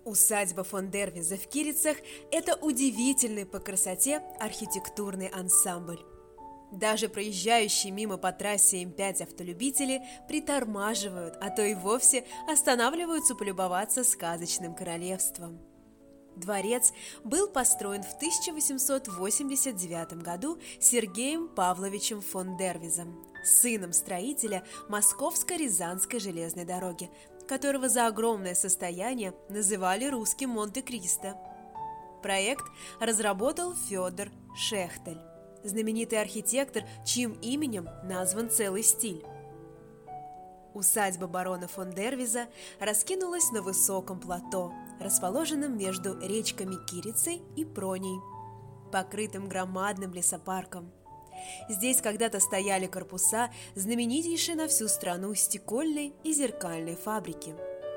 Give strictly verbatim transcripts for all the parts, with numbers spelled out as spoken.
Усадьба фон Дервиза в Кирицах – это удивительный по красоте архитектурный ансамбль. Даже проезжающие мимо по трассе эм пять автолюбители притормаживают, а то и вовсе останавливаются полюбоваться сказочным королевством. Дворец был построен в тысяча восемьсот восемьдесят девятом году Сергеем Павловичем фон Дервизом, сыном строителя Московско-Рязанской железной дороги, которого за огромное состояние называли русским Монте-Кристо. Проект разработал Федор Шехтель, знаменитый архитектор, чьим именем назван целый стиль. Усадьба барона фон Дервиза раскинулась на высоком плато, расположенном между речками Кирицей и Проней, покрытым громадным лесопарком. Здесь когда-то стояли корпуса знаменитейшей на всю страну стекольной и зеркальной фабрики.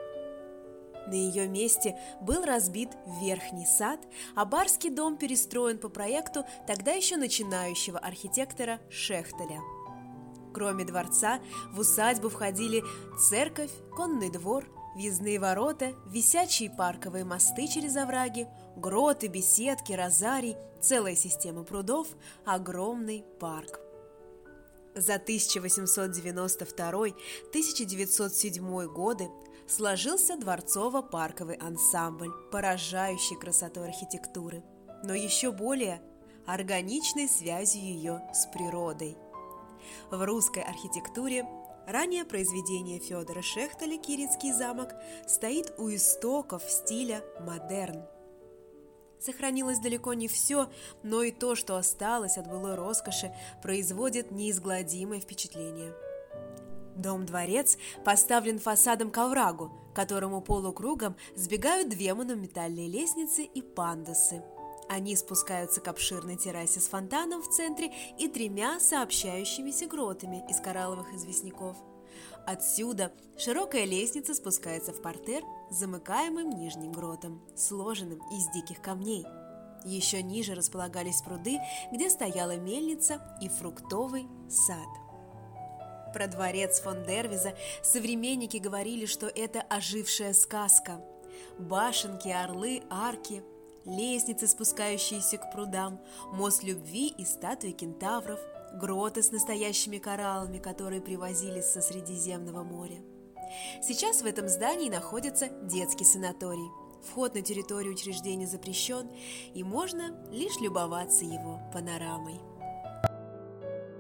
На ее месте был разбит верхний сад, а барский дом перестроен по проекту тогда еще начинающего архитектора Шехтеля. Кроме дворца, в усадьбу входили церковь, конный двор, въездные ворота, висячие парковые мосты через овраги, гроты, беседки, розарий, целая система прудов, огромный парк. За тысяча восемьсот девяносто второй — тысяча девятьсот седьмой годы сложился дворцово-парковый ансамбль, поражающий красотой архитектуры, но еще более органичной связью ее с природой. В русской архитектуре раннее произведение Федора Шехтеля «Кирицкий замок» стоит у истоков стиля модерн. Сохранилось далеко не все, но и то, что осталось от былой роскоши, производит неизгладимое впечатление. Дом-дворец поставлен фасадом к оврагу, к которому полукругом сбегают две монументальные лестницы и пандусы. Они спускаются к обширной террасе с фонтаном в центре и тремя сообщающимися гротами из коралловых известняков. Отсюда широкая лестница спускается в партер с замыкаемым нижним гротом, сложенным из диких камней. Еще ниже располагались пруды, где стояла мельница и фруктовый сад. Про дворец фон Дервиза современники говорили, что это ожившая сказка. Башенки, орлы, арки, лестницы, спускающиеся к прудам, мост любви и статуи кентавров, гроты с настоящими кораллами, которые привозились со Средиземного моря. Сейчас в этом здании находится детский санаторий. Вход на территорию учреждения запрещен, и можно лишь любоваться его панорамой.